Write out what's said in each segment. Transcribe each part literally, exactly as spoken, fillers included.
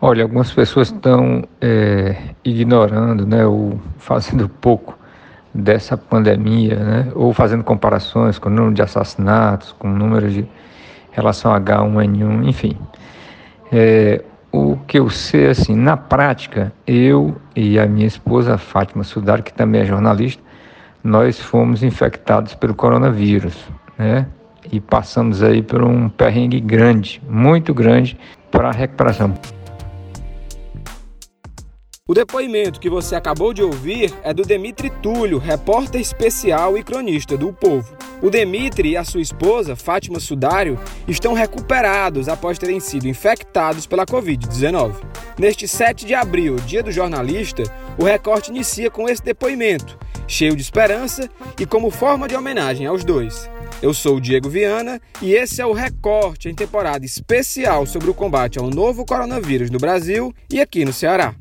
Olha, algumas pessoas estão é, ignorando, né, ou fazendo pouco dessa pandemia, né, ou fazendo comparações com o número de assassinatos, com o número de relação a H um N um, enfim. É, o que eu sei, assim, na prática, eu e a minha esposa, Fátima Sudar, que também é jornalista, nós fomos infectados pelo coronavírus, né, e passamos aí por um perrengue grande, muito grande, para a recuperação. O depoimento que você acabou de ouvir é do Demitri Túlio, repórter especial e cronista do O Povo. O Demitri e a sua esposa, Fátima Sudário, estão recuperados após terem sido infectados pela covid dezenove. Neste sete de abril, dia do jornalista, o Recorte inicia com esse depoimento, cheio de esperança e como forma de homenagem aos dois. Eu sou o Diego Viana e esse é o Recorte em temporada especial sobre o combate ao novo coronavírus no Brasil e aqui no Ceará.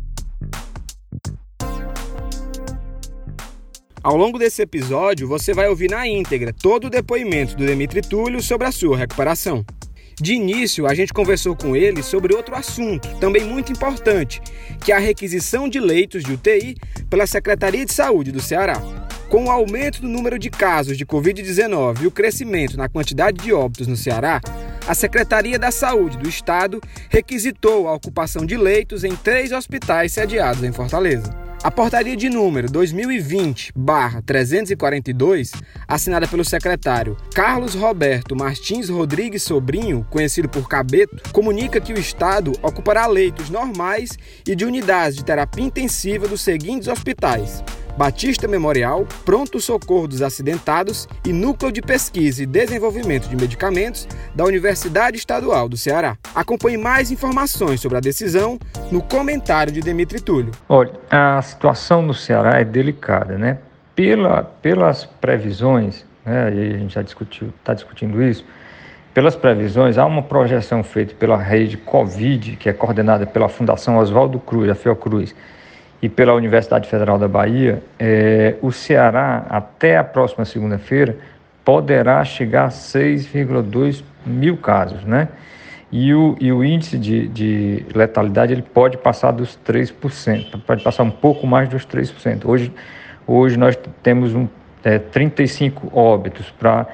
Ao longo desse episódio, você vai ouvir na íntegra todo o depoimento do Demitri Túlio sobre a sua recuperação. De início, a gente conversou com ele sobre outro assunto, também muito importante, que é a requisição de leitos de U T I pela Secretaria de Saúde do Ceará. Com o aumento do número de casos de covid dezenove e o crescimento na quantidade de óbitos no Ceará, a Secretaria da Saúde do Estado requisitou a ocupação de leitos em três hospitais sediados em Fortaleza. A portaria de número dois mil e vinte barra trezentos e quarenta e dois, assinada pelo secretário Carlos Roberto Martins Rodrigues Sobrinho, conhecido por Cabeto, comunica que o Estado ocupará leitos normais e de unidades de terapia intensiva dos seguintes hospitais: Batista Memorial, Pronto Socorro dos Acidentados e Núcleo de Pesquisa e Desenvolvimento de Medicamentos da Universidade Estadual do Ceará. Acompanhe mais informações sobre a decisão no comentário de Demitri Túlio. Olha, a situação no Ceará é delicada, né? Pela, pelas previsões, né, e a gente já discutiu, está discutindo isso, pelas previsões, há uma projeção feita pela rede Covid, que é coordenada pela Fundação Oswaldo Cruz, a Fiocruz, e pela Universidade Federal da Bahia, é, o Ceará, até a próxima segunda-feira, poderá chegar a seis vírgula dois mil casos, né? E o, e o índice de, de letalidade ele pode passar dos três por cento, pode passar um pouco mais dos três por cento. Hoje, hoje nós temos um, é, trinta e cinco óbitos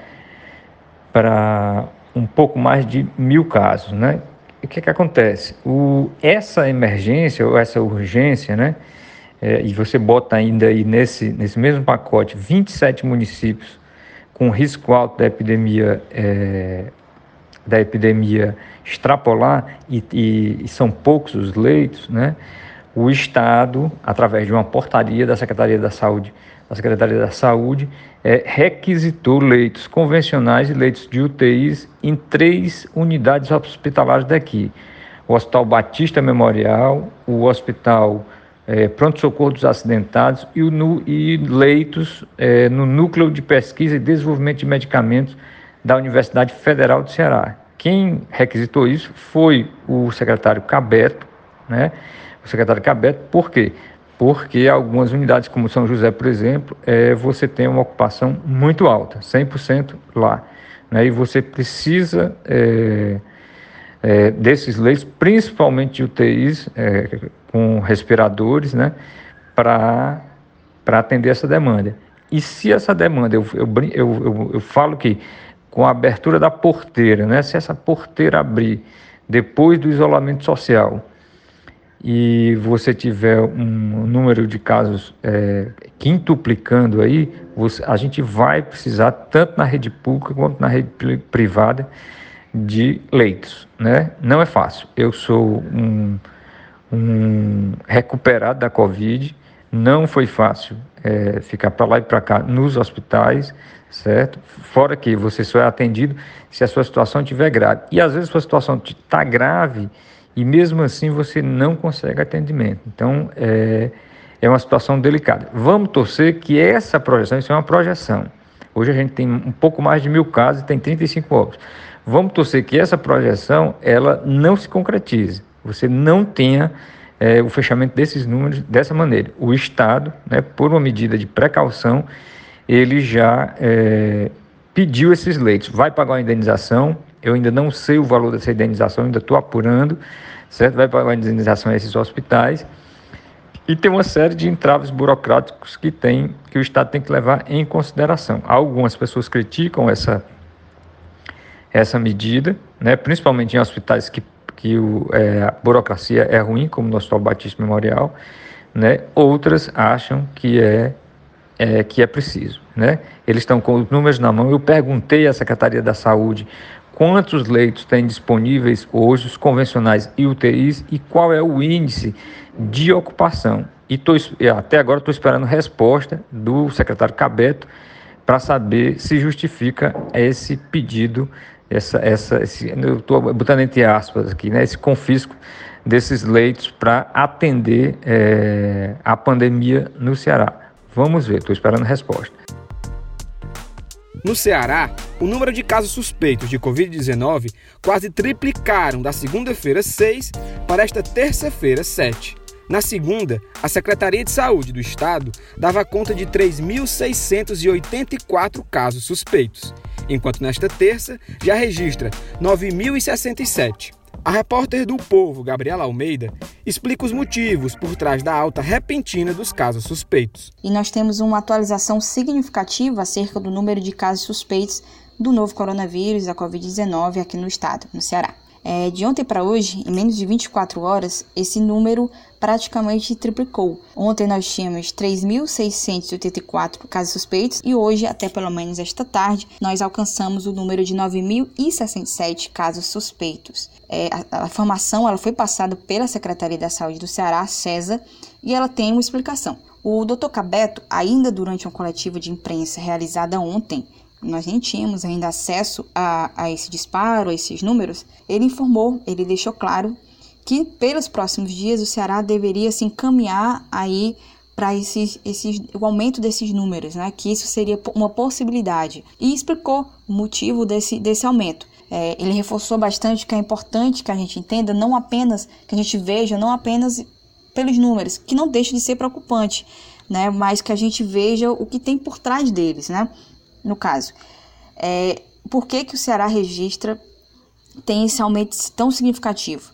para um pouco mais de mil casos, né? O que que acontece? O, essa emergência ou essa urgência, né? É, e você bota ainda aí nesse, nesse mesmo pacote vinte e sete municípios com risco alto da epidemia, é, da epidemia extrapolar e, e, e são poucos os leitos, né? O Estado, através de uma portaria da Secretaria da Saúde, da Secretaria da Saúde, é, requisitou leitos convencionais e leitos de U T Is em três unidades hospitalares daqui: o Hospital Batista Memorial, o Hospital é, Pronto Socorro dos Acidentados e, o, no, e leitos é, no Núcleo de Pesquisa e Desenvolvimento de Medicamentos da Universidade Federal do Ceará. Quem requisitou isso foi o secretário Cabeto, né? O secretário Cabeto, por quê? Porque algumas unidades, como São José, por exemplo, é, você tem uma ocupação muito alta, cem por cento lá, né? E você precisa é, é, desses leitos, principalmente de U T Is, é, com respiradores, né? Para para atender essa demanda. E se essa demanda, eu, eu, eu, eu, eu falo que com a abertura da porteira, né? Se essa porteira abrir depois do isolamento social e você tiver um número de casos é, quintuplicando aí, você, a gente vai precisar, tanto na rede pública quanto na rede privada, de leitos, né? Não é fácil. Eu sou um, um recuperado da Covid, não foi fácil é, ficar para lá e para cá nos hospitais, certo? Fora que você só é atendido se a sua situação estiver grave. E às vezes a sua situação está grave e mesmo assim você não consegue atendimento. Então, é, é uma situação delicada. Vamos torcer que essa projeção, isso é uma projeção. Hoje a gente tem um pouco mais de mil casos e tem trinta e cinco óbitos. Vamos torcer que essa projeção, ela não se concretize. Você não tenha é, o fechamento desses números dessa maneira. O Estado, né, por uma medida de precaução, ele já é, pediu esses leitos. Vai pagar uma indenização, Eu ainda não sei o valor dessa indenização, ainda estou apurando, certo? Vai pagar a indenização a esses hospitais. E tem uma série de entraves burocráticos que, tem, que o Estado tem que levar em consideração. Algumas pessoas criticam essa, essa medida, né? Principalmente em hospitais que, que o, é, a burocracia é ruim, como no Hospital Batista Memorial, né? Outras acham que é, é, que é preciso, né? Eles estão com os números na mão. Eu perguntei à Secretaria da Saúde quantos leitos tem disponíveis hoje, os convencionais e U T Is, e qual é o índice de ocupação. E tô, até agora estou esperando resposta do secretário Cabeto para saber se justifica esse pedido, essa, essa, esse, eu estou botando entre aspas aqui, né, esse confisco desses leitos para atender é, a pandemia no Ceará. Vamos ver, estou esperando resposta. No Ceará, o número de casos suspeitos de covid dezenove quase triplicaram da segunda-feira seis para esta terça-feira sete. Na segunda, a Secretaria de Saúde do Estado dava conta de três mil seiscentos e oitenta e quatro casos suspeitos, enquanto nesta terça já registra nove mil e sessenta e sete. A repórter do Povo, Gabriela Almeida, explica os motivos por trás da alta repentina dos casos suspeitos. E nós temos uma atualização significativa acerca do número de casos suspeitos do novo coronavírus, da covid dezenove, aqui no estado, no Ceará. É, de ontem para hoje, em menos de vinte e quatro horas, esse número praticamente triplicou. Ontem nós tínhamos três mil seiscentos e oitenta e quatro casos suspeitos e hoje, até pelo menos esta tarde, nós alcançamos o número de nove mil e sessenta e sete casos suspeitos. É, a, a informação ela foi passada pela Secretaria da Saúde do Ceará, SESA, e ela tem uma explicação. O doutor Cabeto, ainda durante uma coletiva de imprensa realizada ontem, nós nem tínhamos ainda acesso a, a esse disparo, a esses números, ele informou, ele deixou claro que pelos próximos dias o Ceará deveria se encaminhar aí para esses, esses, o aumento desses números, né? Que isso seria uma possibilidade. E explicou o motivo desse, desse aumento. É, ele reforçou bastante que é importante que a gente entenda, não apenas, que a gente veja, não apenas pelos números, que não deixa de ser preocupante, né? Mas que a gente veja o que tem por trás deles, né? No caso, é, por que que o Ceará registra, tem esse aumento tão significativo?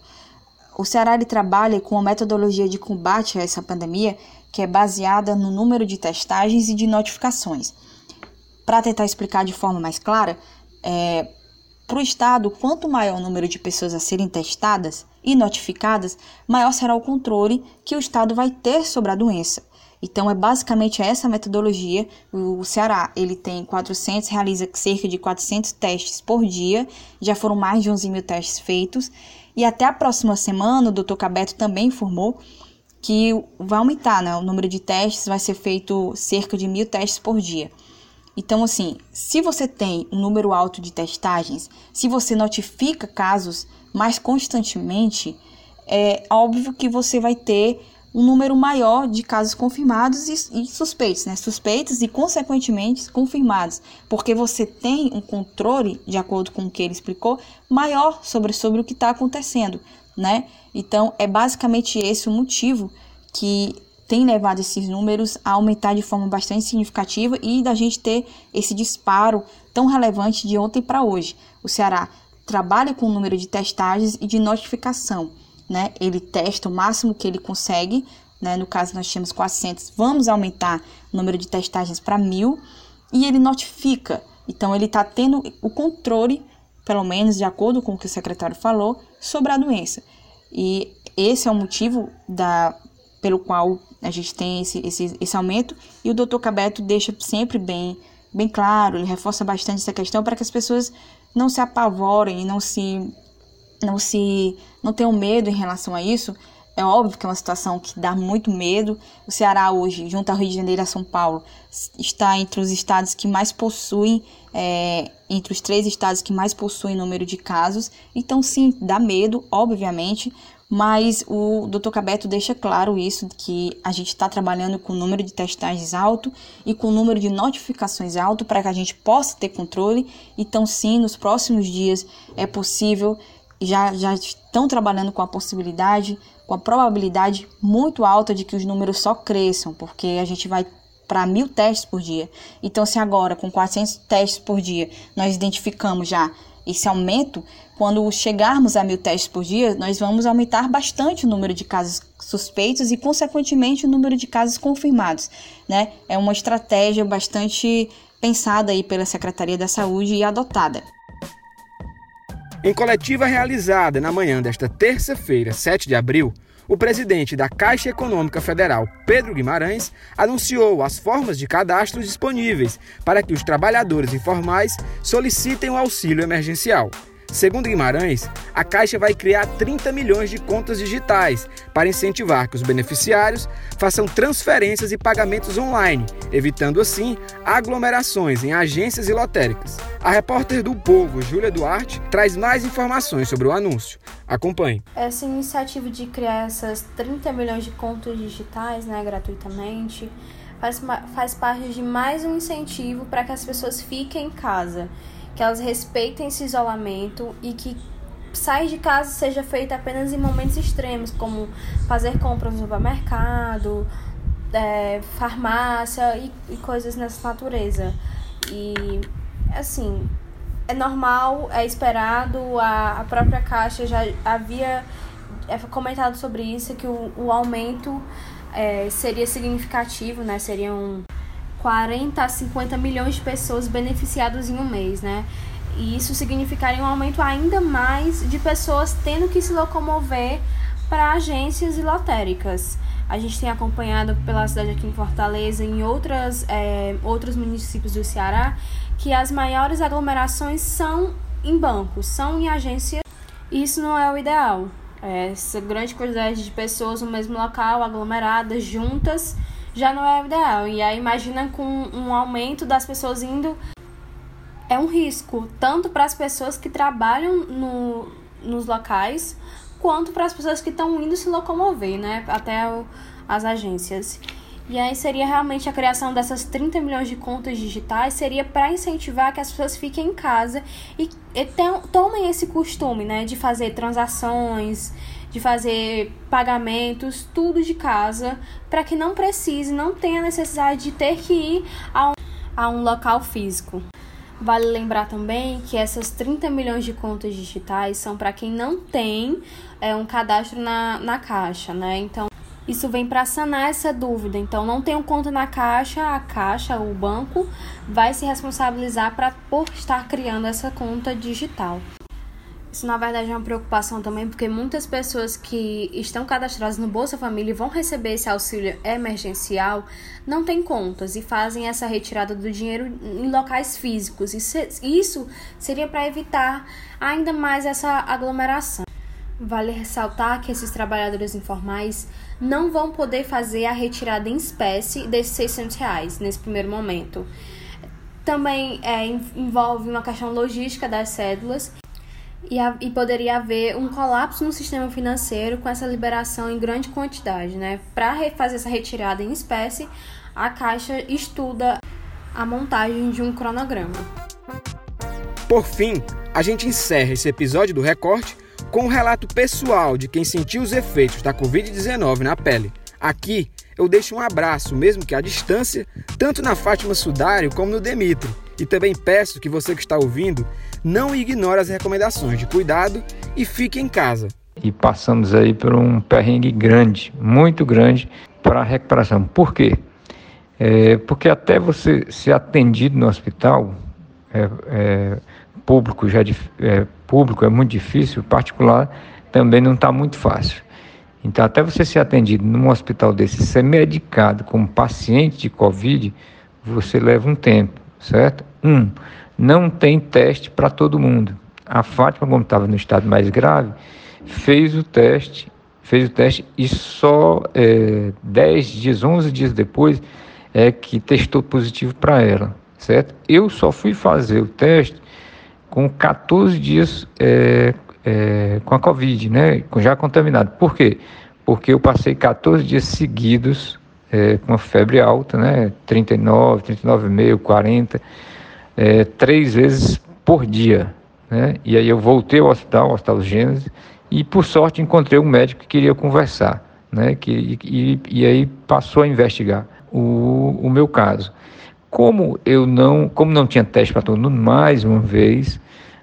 O Ceará ele trabalha com uma metodologia de combate a essa pandemia que é baseada no número de testagens e de notificações. Para tentar explicar de forma mais clara, é, para o Estado, quanto maior o número de pessoas a serem testadas e notificadas, maior será o controle que o Estado vai ter sobre a doença. Então, é basicamente essa metodologia. O Ceará, ele tem quatrocentos, realiza cerca de quatrocentos testes por dia, já foram mais de onze mil testes feitos, e até a próxima semana, o doutor Cabeto também informou que vai aumentar, né? O número de testes, vai ser feito cerca de mil testes por dia. Então, assim, se você tem um número alto de testagens, se você notifica casos mais constantemente, é óbvio que você vai ter um número maior de casos confirmados e, e suspeitos, né? Suspeitos e, consequentemente, confirmados, porque você tem um controle, de acordo com o que ele explicou, maior sobre, sobre o que está acontecendo, né? Então, é basicamente esse o motivo que tem levado esses números a aumentar de forma bastante significativa e da gente ter esse disparo tão relevante de ontem para hoje. O Ceará trabalha com o número de testagens e de notificação, né? Ele testa o máximo que ele consegue, né? No caso nós tínhamos quatrocentos, vamos aumentar o número de testagens para mil e ele notifica. Então ele está tendo o controle, pelo menos de acordo com o que o secretário falou, sobre a doença. E esse é o motivo da, pelo qual a gente tem esse, esse, esse aumento, e o doutor Cabeto deixa sempre bem, bem claro, ele reforça bastante essa questão para que as pessoas não se apavorem e não se... não se não tenham medo em relação a isso. É óbvio que é uma situação que dá muito medo. O Ceará hoje, junto ao Rio de Janeiro e a São Paulo, está entre os estados que mais possuem, é, entre os três estados que mais possuem número de casos. Então sim, dá medo, obviamente, mas o doutor Cabeto deixa claro isso, que a gente está trabalhando com o número de testagens alto e com o número de notificações alto para que a gente possa ter controle. Então sim, nos próximos dias é possível, já, já estão trabalhando com a possibilidade, com a probabilidade muito alta de que os números só cresçam, porque a gente vai para mil testes por dia. Então, se agora, com quatrocentos testes por dia, nós identificamos já esse aumento, quando chegarmos a mil testes por dia, nós vamos aumentar bastante o número de casos suspeitos e, consequentemente, o número de casos confirmados, né? É uma estratégia bastante pensada aí pela Secretaria da Saúde e adotada. Em coletiva realizada na manhã desta terça-feira, sete de abril, o presidente da Caixa Econômica Federal, Pedro Guimarães, anunciou as formas de cadastro disponíveis para que os trabalhadores informais solicitem o auxílio emergencial. Segundo Guimarães, a Caixa vai criar trinta milhões de contas digitais para incentivar que os beneficiários façam transferências e pagamentos online, evitando assim aglomerações em agências e lotéricas. A repórter do Povo, Júlia Duarte, traz mais informações sobre o anúncio. Acompanhe. Essa iniciativa de criar essas trinta milhões de contas digitais, né, gratuitamente, faz, faz parte de mais um incentivo para que as pessoas fiquem em casa, que elas respeitem esse isolamento e que sair de casa seja feita apenas em momentos extremos, como fazer compras no supermercado, é, farmácia e, e coisas nessa natureza. E, assim, é normal, é esperado, a, a própria Caixa já havia é, comentado sobre isso, que o, o aumento é, seria significativo, né? Seriam quarenta a cinquenta milhões de pessoas beneficiadas em um mês, né? E isso significaria um aumento ainda mais de pessoas tendo que se locomover para agências e lotéricas. A gente tem acompanhado pela cidade aqui em Fortaleza, em outras, é, outros municípios do Ceará, que as maiores aglomerações são em bancos, são em agências. E isso não é o ideal. É, essa grande quantidade de pessoas no mesmo local, aglomeradas, juntas, já não é o ideal. E aí imagina com um aumento das pessoas indo, é um risco, tanto para as pessoas que trabalham no, nos locais, quanto para as pessoas que estão indo se locomover, né, até o, as agências. E aí seria realmente a criação dessas trinta milhões de contas digitais, seria para incentivar que as pessoas fiquem em casa e, e tem, tomem esse costume, né, de fazer transações, de fazer pagamentos, tudo de casa, para que não precise, não tenha necessidade de ter que ir a um, a um local físico. Vale lembrar também que essas trinta milhões de contas digitais são para quem não tem é, um cadastro na, na Caixa, né? Então, isso vem para sanar essa dúvida. Então, não tem um conta na Caixa, a Caixa, o banco, vai se responsabilizar pra, por estar criando essa conta digital. Isso, na verdade, é uma preocupação também, porque muitas pessoas que estão cadastradas no Bolsa Família e vão receber esse auxílio emergencial não têm contas e fazem essa retirada do dinheiro em locais físicos. Isso seria para evitar ainda mais essa aglomeração. Vale ressaltar que esses trabalhadores informais não vão poder fazer a retirada em espécie desses seiscentos reais nesse primeiro momento. Também é, envolve uma questão logística das cédulas, E, a, e poderia haver um colapso no sistema financeiro com essa liberação em grande quantidade, né? Para fazer essa retirada em espécie, a Caixa estuda a montagem de um cronograma. Por fim, a gente encerra esse episódio do Recorte com um relato pessoal de quem sentiu os efeitos da covid dezenove na pele. Aqui, eu deixo um abraço, mesmo que à distância, tanto na Fátima Sudário como no Demitro. E também peço que você que está ouvindo não ignore as recomendações de cuidado e fique em casa. E passamos aí por um perrengue grande, muito grande, para a recuperação. Por quê? É, porque até você ser atendido no hospital, é, é, público, já, é, público é muito difícil, particular também não está muito fácil. Então, até você ser atendido num hospital desse, ser medicado como paciente de Covid, você leva um tempo, certo? Um, não tem teste para todo mundo. A Fátima, como estava no estado mais grave, fez o teste, fez o teste e só é, dez dias, onze dias depois é que testou positivo para ela, certo? Eu só fui fazer o teste com quatorze dias é, é, com a Covid, né? Já contaminado. Por quê? Porque eu passei quatorze dias seguidos é, com a febre alta, né? trinta e nove, trinta e nove vírgula cinco, quarenta, é, três vezes por dia, né? E aí eu voltei ao hospital, ao Hospital Gênesis, e por sorte encontrei um médico que queria conversar, né? Que, e, e aí passou a investigar o, o meu caso. Como eu não, como não tinha teste para todo mundo, mais uma vez,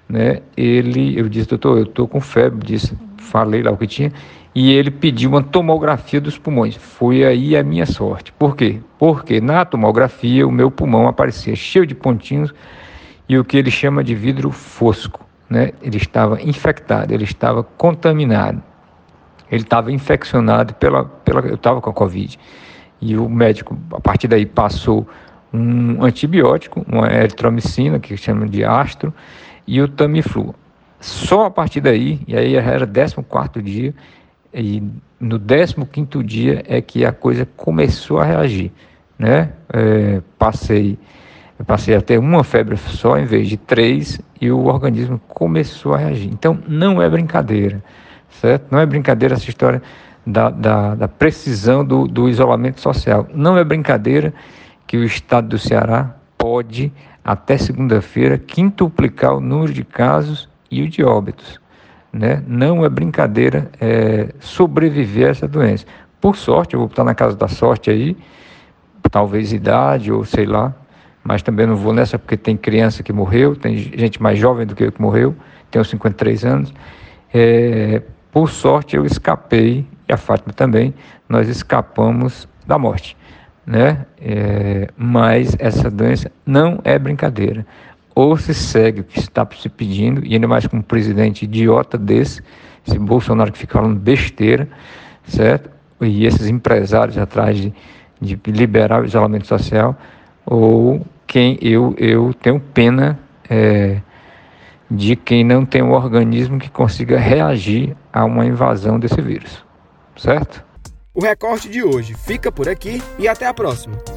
né, ele, eu disse, doutor, eu estou com febre, disse, falei lá o que tinha, e ele pediu uma tomografia dos pulmões. Foi aí a minha sorte. Por quê? Porque na tomografia o meu pulmão aparecia cheio de pontinhos e o que ele chama de vidro fosco, né? Ele estava infectado, ele estava contaminado, ele estava infeccionado pela, pela eu estava com a Covid. E o médico, a partir daí, passou um antibiótico, uma eritromicina, que chama de Astro, e o Tamiflu. Só a partir daí, e aí era décimo quarto dia, e no décimo quinto dia é que a coisa começou a reagir, né? É, passei, passei a ter uma febre só em vez de três, e o organismo começou a reagir. Então, não é brincadeira, certo? Não é brincadeira essa história da, da, da precisão do, do isolamento social. Não é brincadeira que o estado do Ceará pode, até segunda-feira, quintuplicar o número de casos e o de óbitos, né? Não é brincadeira é, sobreviver a essa doença. Por sorte, eu vou estar na casa da sorte aí, talvez idade ou sei lá, mas também não vou nessa porque tem criança que morreu, tem gente mais jovem do que eu que morreu, tenho cinquenta e três anos. É, por sorte eu escapei, e a Fátima também, nós escapamos da morte, né? É, mas essa doença não é brincadeira. Ou se segue o que está se pedindo, e ainda mais com um presidente idiota desse, esse Bolsonaro que fica falando besteira, certo? E esses empresários atrás de, de liberar o isolamento social, ou quem eu, eu tenho pena é, de quem não tem um organismo que consiga reagir a uma invasão desse vírus, certo? O Recorte de hoje fica por aqui e até a próxima.